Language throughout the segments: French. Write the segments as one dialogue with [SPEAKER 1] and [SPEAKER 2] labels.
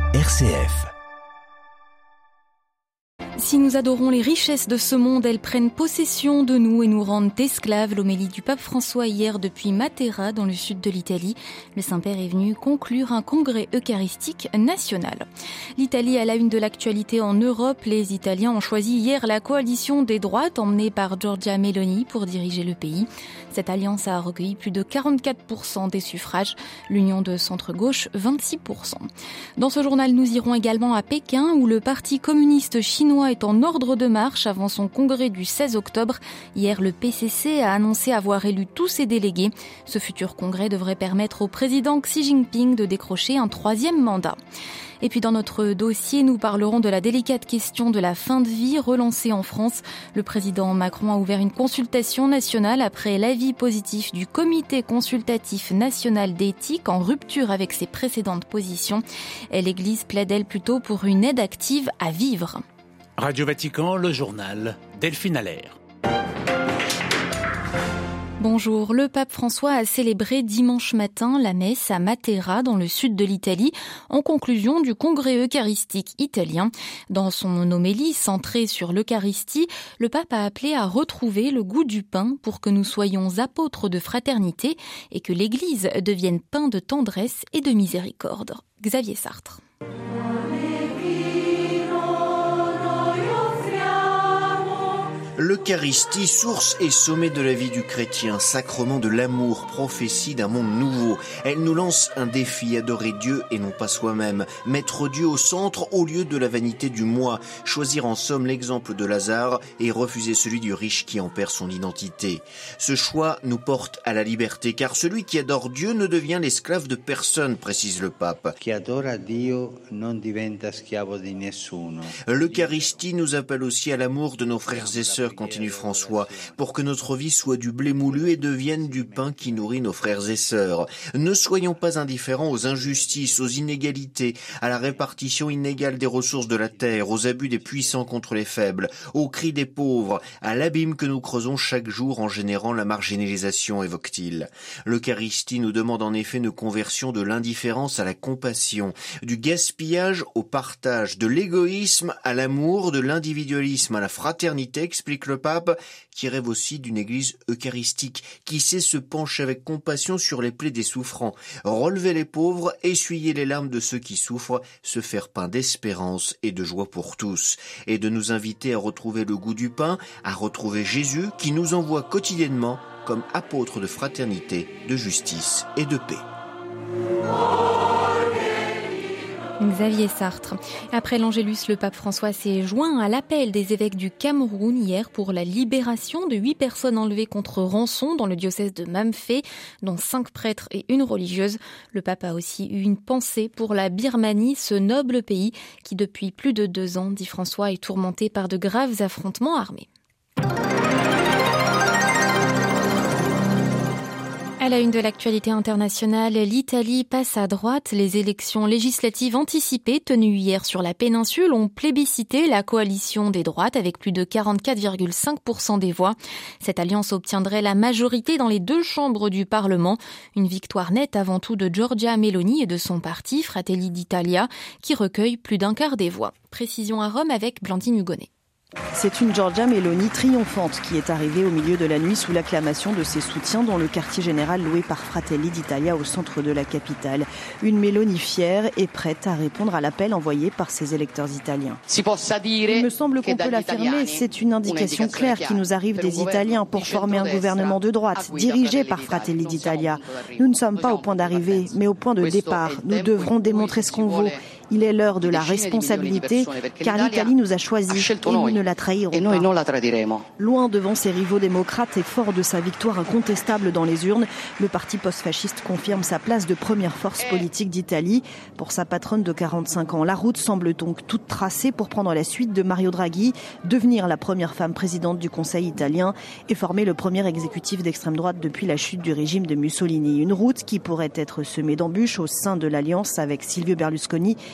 [SPEAKER 1] RCF.
[SPEAKER 2] Si nous adorons les richesses de ce monde, elles prennent possession de nous et nous rendent esclaves. L'homélie du pape François hier depuis Matera, dans le sud de l'Italie. Le Saint-Père est venu conclure un congrès eucharistique national. L'Italie à la une de l'actualité en Europe. Les Italiens ont choisi hier la coalition des droites emmenée par Giorgia Meloni pour diriger le pays. Cette alliance a recueilli plus de 44% des suffrages. L'union de centre-gauche, 26%. Dans ce journal, nous irons également à Pékin où le Parti communiste chinois est en ordre de marche avant son congrès du 16 octobre. Hier, le PCC a annoncé avoir élu tous ses délégués. Ce futur congrès devrait permettre au président Xi Jinping de décrocher un 3e mandat. Et puis dans notre dossier, nous parlerons de la délicate question de la fin de vie relancée en France. Le président Macron a ouvert une consultation nationale après l'avis positif du Comité consultatif national d'éthique en rupture avec ses précédentes positions. L'Église plaide, elle, plutôt pour une aide active à vivre.
[SPEAKER 3] Radio Vatican, le journal, Delphine Allaire.
[SPEAKER 2] Bonjour, le pape François a célébré dimanche matin la messe à Matera dans le sud de l'Italie en conclusion du congrès eucharistique italien. Dans son homélie centrée sur l'Eucharistie, le pape a appelé à retrouver le goût du pain pour que nous soyons apôtres de fraternité et que l'Église devienne pain de tendresse et de miséricorde. Xavier Sartre.
[SPEAKER 4] L'Eucharistie, source et sommet de la vie du chrétien, sacrement de l'amour, prophétie d'un monde nouveau. Elle nous lance un défi, adorer Dieu et non pas soi-même, mettre Dieu au centre au lieu de la vanité du moi, choisir en somme l'exemple de Lazare et refuser celui du riche qui en perd son identité. Ce choix nous porte à la liberté, car celui qui adore Dieu ne devient l'esclave de personne, précise le pape.
[SPEAKER 5] Chi adora Dio non diventa schiavo di nessuno.
[SPEAKER 4] L'Eucharistie nous appelle aussi à l'amour de nos frères et sœurs, continue François, pour que notre vie soit du blé moulu et devienne du pain qui nourrit nos frères et sœurs. Ne soyons pas indifférents aux injustices, aux inégalités, à la répartition inégale des ressources de la terre, aux abus des puissants contre les faibles, aux cris des pauvres, à l'abîme que nous creusons chaque jour en générant la marginalisation, évoque-t-il. L'Eucharistie nous demande en effet une conversion de l'indifférence à la compassion, du gaspillage au partage, de l'égoïsme à l'amour, de l'individualisme à la fraternité, explique le pape, qui rêve aussi d'une église eucharistique, qui sait se pencher avec compassion sur les plaies des souffrants, relever les pauvres, essuyer les larmes de ceux qui souffrent, se faire pain d'espérance et de joie pour tous, et de nous inviter à retrouver le goût du pain, à retrouver Jésus qui nous envoie quotidiennement comme apôtres de fraternité, de justice et de paix.
[SPEAKER 2] Xavier Sartre. Après l'Angélus, le pape François s'est joint à l'appel des évêques du Cameroun hier pour la libération de 8 personnes enlevées contre rançon dans le diocèse de Mamfé, dont 5 prêtres et une religieuse. Le pape a aussi eu une pensée pour la Birmanie, ce noble pays qui depuis plus de 2 ans, dit François, est tourmenté par de graves affrontements armés. À la une de l'actualité internationale, l'Italie passe à droite. Les élections législatives anticipées tenues hier sur la péninsule ont plébiscité la coalition des droites avec plus de 44,5% des voix. Cette alliance obtiendrait la majorité dans les 2 chambres du Parlement. Une victoire nette avant tout de Giorgia Meloni et de son parti Fratelli d'Italia qui recueille plus d'un quart des voix. Précision à Rome avec Blandine Hugonnet.
[SPEAKER 6] C'est une Giorgia Meloni triomphante qui est arrivée au milieu de la nuit sous l'acclamation de ses soutiens dans le quartier général loué par Fratelli d'Italia au centre de la capitale. Une Meloni fière et prête à répondre à l'appel envoyé par ses électeurs italiens. Il me semble qu'on peut l'affirmer, c'est une indication claire qui nous arrive des Italiens pour former un gouvernement de droite, dirigé par Fratelli d'Italia. Nous ne sommes pas au point d'arrivée, mais au point de départ. Nous devrons démontrer ce qu'on vaut. Il est l'heure de la responsabilité, car l'Italie nous a choisis et nous ne la trahirons pas. Loin devant ses rivaux démocrates et fort de sa victoire incontestable dans les urnes, le parti post-fasciste confirme sa place de première force politique d'Italie. Pour sa patronne de 45 ans, la route semble donc toute tracée pour prendre la suite de Mario Draghi, devenir la première femme présidente du Conseil italien et former le premier exécutif d'extrême droite depuis la chute du régime de Mussolini. Une route qui pourrait être semée d'embûches au sein de l'alliance avec Silvio Berlusconi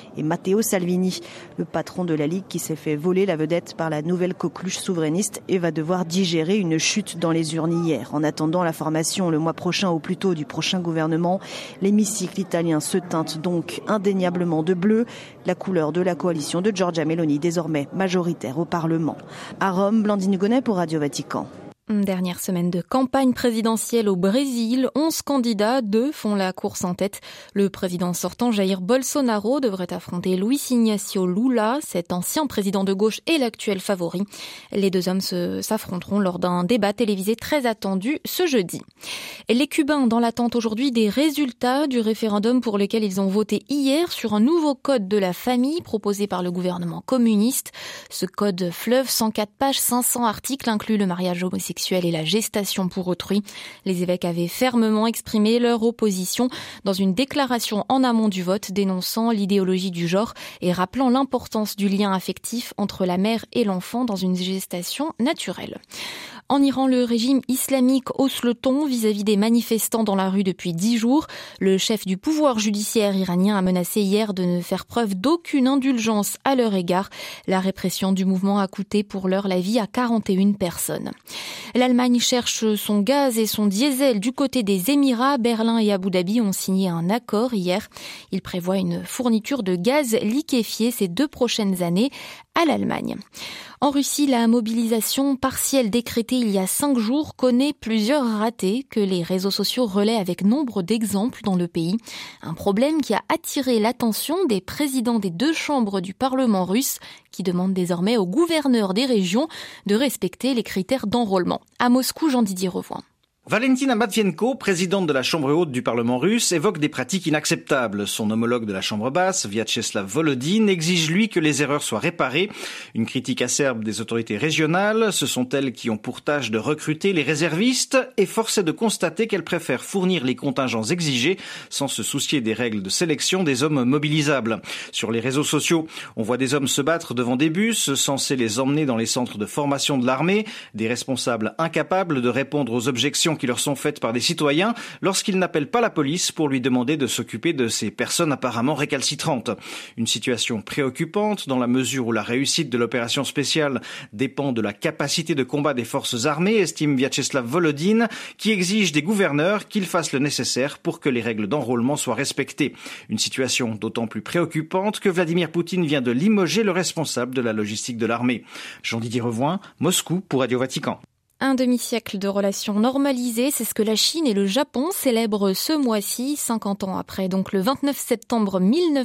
[SPEAKER 6] et Matteo Salvini, le patron de la Ligue qui s'est fait voler la vedette par la nouvelle coqueluche souverainiste et va devoir digérer une chute dans les urnes hier. En attendant la formation le mois prochain au plus tôt du prochain gouvernement, l'hémicycle italien se teinte donc indéniablement de bleu, la couleur de la coalition de Giorgia Meloni, désormais majoritaire au Parlement. À Rome, Blandine Hugonnet pour Radio Vatican.
[SPEAKER 2] Dernière semaine de campagne présidentielle au Brésil, 11 candidats, 2 font la course en tête. Le président sortant Jair Bolsonaro devrait affronter Luiz Inácio Lula, cet ancien président de gauche et l'actuel favori. Les deux hommes s'affronteront lors d'un débat télévisé très attendu ce jeudi. Les Cubains dans l'attente aujourd'hui des résultats du référendum pour lequel ils ont voté hier sur un nouveau code de la famille proposé par le gouvernement communiste. Ce code fleuve, 104 pages, 500 articles, inclut le mariage homosexuel et la gestation pour autrui. Les évêques avaient fermement exprimé leur opposition dans une déclaration en amont du vote dénonçant l'idéologie du genre et rappelant l'importance du lien affectif entre la mère et l'enfant dans une gestation naturelle. En Iran, le régime islamique hausse le ton vis-à-vis des manifestants dans la rue depuis 10 jours. Le chef du pouvoir judiciaire iranien a menacé hier de ne faire preuve d'aucune indulgence à leur égard. La répression du mouvement a coûté pour l'heure la vie à 41 personnes. L'Allemagne cherche son gaz et son diesel du côté des Émirats. Berlin et Abu Dhabi ont signé un accord hier. Il prévoit une fourniture de gaz liquéfié ces 2 prochaines années à l'Allemagne. En Russie, la mobilisation partielle décrétée il y a 5 jours connaît plusieurs ratés que les réseaux sociaux relaient avec nombre d'exemples dans le pays. Un problème qui a attiré l'attention des présidents des 2 chambres du Parlement russe qui demandent désormais aux gouverneurs des régions de respecter les critères d'enrôlement. À Moscou, Jean-Didier Revoin.
[SPEAKER 1] Valentina Matvienko, présidente de la Chambre haute du Parlement russe, évoque des pratiques inacceptables. Son homologue de la Chambre basse, Vyacheslav Volodine, exige lui que les erreurs soient réparées. Une critique acerbe des autorités régionales. Ce sont elles qui ont pour tâche de recruter les réservistes et force est de constater qu'elles préfèrent fournir les contingents exigés sans se soucier des règles de sélection des hommes mobilisables. Sur les réseaux sociaux, on voit des hommes se battre devant des bus censés les emmener dans les centres de formation de l'armée, des responsables incapables de répondre aux objections qui leur sont faites par des citoyens lorsqu'ils n'appellent pas la police pour lui demander de s'occuper de ces personnes apparemment récalcitrantes. Une situation préoccupante dans la mesure où la réussite de l'opération spéciale dépend de la capacité de combat des forces armées, estime Vyacheslav Volodine, qui exige des gouverneurs qu'ils fassent le nécessaire pour que les règles d'enrôlement soient respectées. Une situation d'autant plus préoccupante que Vladimir Poutine vient de limoger le responsable de la logistique de l'armée. Jean-Didier Revoin, Moscou pour Radio Vatican.
[SPEAKER 2] Un demi-siècle de relations normalisées, c'est ce que la Chine et le Japon célèbrent ce mois-ci, 50 ans après, donc le 29 septembre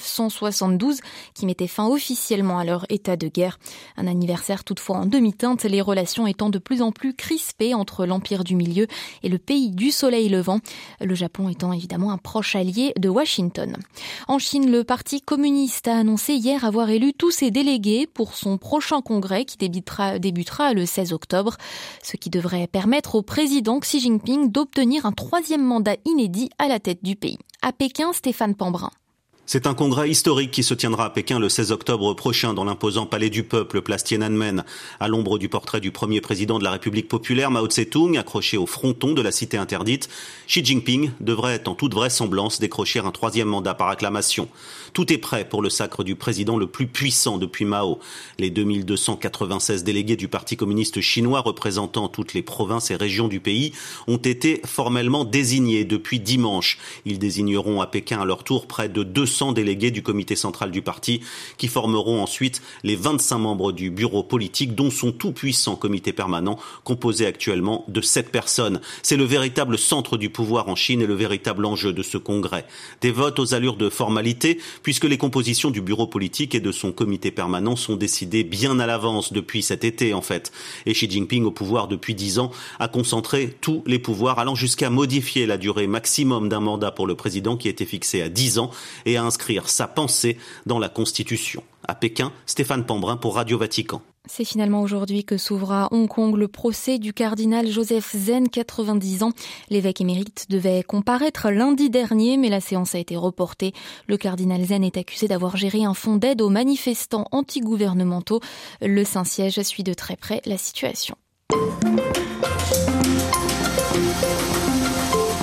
[SPEAKER 2] 1972, qui mettait fin officiellement à leur état de guerre. Un anniversaire toutefois en demi-teinte, les relations étant de plus en plus crispées entre l'Empire du Milieu et le pays du soleil levant, le Japon étant évidemment un proche allié de Washington. En Chine, le Parti communiste a annoncé hier avoir élu tous ses délégués pour son prochain congrès qui débutera le 16 octobre, ce qui devrait permettre au président Xi Jinping d'obtenir un 3e mandat inédit à la tête du pays. À Pékin, Stéphane Pambrin.
[SPEAKER 7] C'est un congrès historique qui se tiendra à Pékin le 16 octobre prochain dans l'imposant palais du peuple, place Tiananmen. À l'ombre du portrait du premier président de la République populaire, Mao Tse-tung, accroché au fronton de la cité interdite, Xi Jinping devrait en toute vraisemblance décrocher un 3e mandat par acclamation. Tout est prêt pour le sacre du président le plus puissant depuis Mao. Les 2296 délégués du Parti communiste chinois représentant toutes les provinces et régions du pays ont été formellement désignés depuis dimanche. Ils désigneront à Pékin à leur tour près de 200 délégués du comité central du parti qui formeront ensuite les 25 membres du bureau politique dont son tout-puissant comité permanent composé actuellement de 7 personnes. C'est le véritable centre du pouvoir en Chine et le véritable enjeu de ce congrès. Des votes aux allures de formalité puisque les compositions du bureau politique et de son comité permanent sont décidées bien à l'avance depuis cet été en fait. Et Xi Jinping au pouvoir depuis 10 ans a concentré tous les pouvoirs allant jusqu'à modifier la durée maximum d'un mandat pour le président qui était fixé à 10 ans et à inscrire sa pensée dans la Constitution. À Pékin, Stéphane Pambrin pour Radio Vatican.
[SPEAKER 2] C'est finalement aujourd'hui que s'ouvre à Hong Kong le procès du cardinal Joseph Zen, 90 ans. L'évêque émérite devait comparaître lundi dernier, mais la séance a été reportée. Le cardinal Zen est accusé d'avoir géré un fonds d'aide aux manifestants antigouvernementaux. Le Saint-Siège suit de très près la situation. Un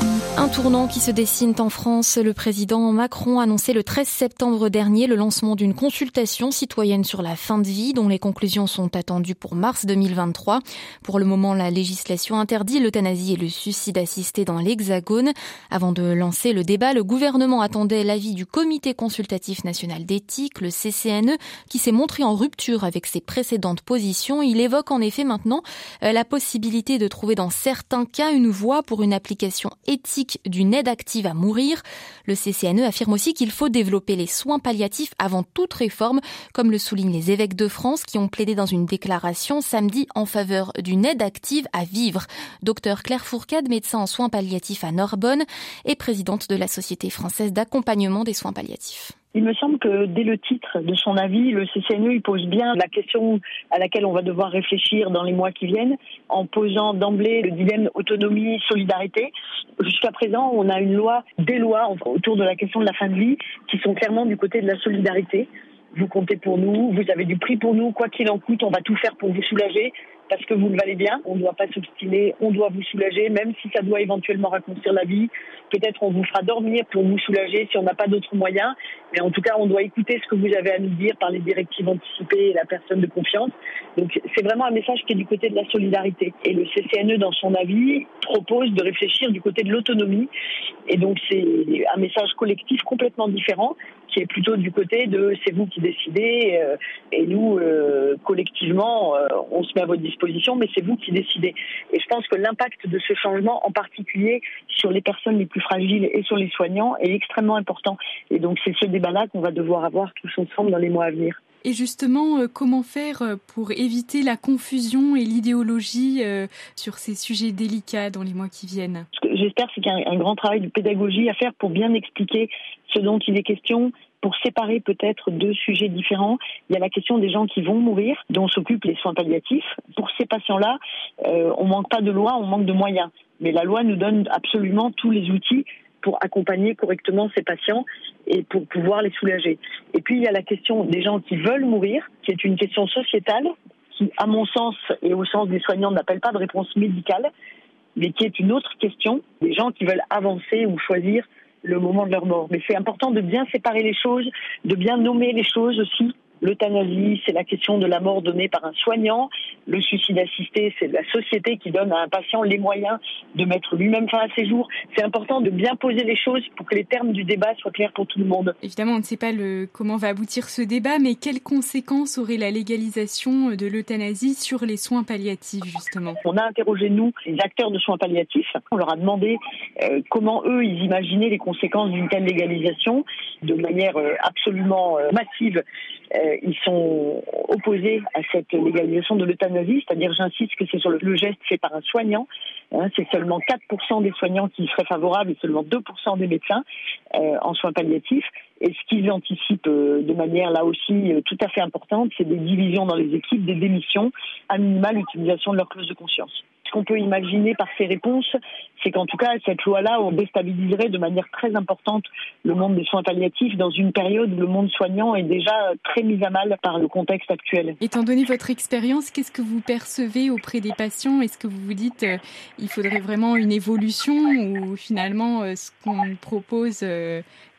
[SPEAKER 2] Un tournant qui se dessine en France. Le président Macron a annoncé le 13 septembre dernier le lancement d'une consultation citoyenne sur la fin de vie dont les conclusions sont attendues pour mars 2023. Pour le moment, la législation interdit l'euthanasie et le suicide assisté dans l'Hexagone. Avant de lancer le débat, le gouvernement attendait l'avis du Comité consultatif national d'éthique, le CCNE, qui s'est montré en rupture avec ses précédentes positions. Il évoque en effet maintenant la possibilité de trouver dans certains cas une voie pour une application éthique d'une aide active à mourir. Le CCNE affirme aussi qu'il faut développer les soins palliatifs avant toute réforme, comme le soulignent les évêques de France qui ont plaidé dans une déclaration samedi en faveur d'une aide active à vivre. Docteur Claire Fourcade, médecin en soins palliatifs à Narbonne et présidente de la Société française d'accompagnement des soins palliatifs.
[SPEAKER 8] Il me semble que dès le titre de son avis, le CCNE il pose bien la question à laquelle on va devoir réfléchir dans les mois qui viennent, en posant d'emblée le dilemme autonomie-solidarité. Jusqu'à présent, on a des lois autour de la question de la fin de vie qui sont clairement du côté de la solidarité. Vous comptez pour nous, vous avez du prix pour nous, quoi qu'il en coûte, on va tout faire pour vous soulager. Parce que vous le valez bien, on ne doit pas s'obstiner, on doit vous soulager, même si ça doit éventuellement raccourcir la vie. Peut-être on vous fera dormir pour vous soulager si on n'a pas d'autres moyens. Mais en tout cas, on doit écouter ce que vous avez à nous dire par les directives anticipées et la personne de confiance. Donc c'est vraiment un message qui est du côté de la solidarité. Et le CCNE, dans son avis, propose de réfléchir du côté de l'autonomie. Et donc c'est un message collectif complètement différent, qui est plutôt du côté de c'est vous qui décidez et nous, collectivement, on se met à votre disposition, mais c'est vous qui décidez. Et je pense que l'impact de ce changement, en particulier sur les personnes les plus fragiles et sur les soignants, est extrêmement important. Et donc c'est ce débat-là qu'on va devoir avoir tous ensemble dans les mois à venir.
[SPEAKER 9] Et justement, comment faire pour éviter la confusion et l'idéologie sur ces sujets délicats dans les mois qui viennent ?
[SPEAKER 8] Ce que j'espère, c'est qu'il y a un grand travail de pédagogie à faire pour bien expliquer ce dont il est question, pour séparer peut-être deux sujets différents. Il y a la question des gens qui vont mourir, dont s'occupent les soins palliatifs. Pour ces patients-là, on manque pas de loi, on manque de moyens. Mais la loi nous donne absolument tous les outils pour accompagner correctement ces patients et pour pouvoir les soulager. Et puis, il y a la question des gens qui veulent mourir, qui est une question sociétale, qui, à mon sens et au sens des soignants, n'appelle pas de réponse médicale, mais qui est une autre question, des gens qui veulent avancer ou choisir le moment de leur mort. Mais c'est important de bien séparer les choses, de bien nommer les choses aussi. L'euthanasie, c'est la question de la mort donnée par un soignant. Le suicide assisté, c'est la société qui donne à un patient les moyens de mettre lui-même fin à ses jours. C'est important de bien poser les choses pour que les termes du débat soient clairs pour tout le monde.
[SPEAKER 9] Évidemment, on ne sait pas comment va aboutir ce débat, mais quelles conséquences aurait la légalisation de l'euthanasie sur les soins palliatifs, justement ?
[SPEAKER 8] On a interrogé, nous, les acteurs de soins palliatifs. On leur a demandé comment, eux, ils imaginaient les conséquences d'une telle légalisation de manière absolument massive. Ils sont opposés à cette légalisation de l'euthanasie, c'est-à-dire, j'insiste, que c'est sur le geste fait par un soignant. C'est seulement 4% des soignants qui y seraient favorables et seulement 2% des médecins en soins palliatifs. Et ce qu'ils anticipent de manière là aussi tout à fait importante, c'est des divisions dans les équipes, des démissions, à minima l'utilisation de leur clause de conscience. Ce qu'on peut imaginer par ces réponses, c'est qu'en tout cas, cette loi-là, on déstabiliserait de manière très importante le monde des soins palliatifs dans une période où le monde soignant est déjà très mis à mal par le contexte actuel.
[SPEAKER 9] Étant donné votre expérience, qu'est-ce que vous percevez auprès des patients ? Est-ce que vous vous dites il faudrait vraiment une évolution ou finalement ce qu'on propose convient ?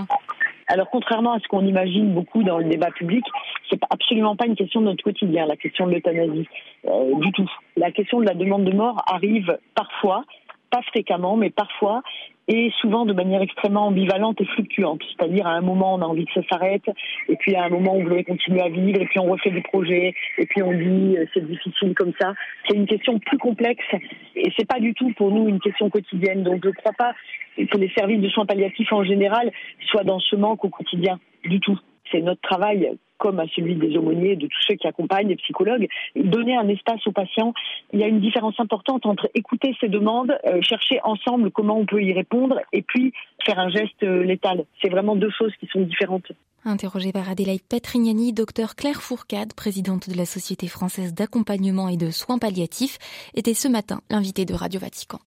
[SPEAKER 8] Alors, contrairement à ce qu'on imagine beaucoup dans le débat public, c'est absolument pas une question de notre quotidien, la question de l'euthanasie, du tout. La question de la demande de mort arrive parfois, pas fréquemment, mais parfois, et souvent de manière extrêmement ambivalente et fluctuante. C'est-à-dire, à un moment, on a envie que ça s'arrête, et puis à un moment, on voudrait continuer à vivre, et puis on refait des projets, et puis on dit, c'est difficile comme ça. C'est une question plus complexe, et c'est pas du tout pour nous une question quotidienne. Donc, je ne crois pas que les services de soins palliatifs en général soient dans ce manque au quotidien, du tout. C'est notre travail, comme à celui des aumôniers, de tous ceux qui accompagnent, les psychologues, donner un espace aux patients. Il y a une différence importante entre écouter ces demandes, chercher ensemble comment on peut y répondre, et puis faire un geste létal. C'est vraiment deux choses qui sont différentes.
[SPEAKER 2] Interrogée par Adélaïde Petrignani, docteur Claire Fourcade, présidente de la Société française d'accompagnement et de soins palliatifs, était ce matin l'invitée de Radio Vatican.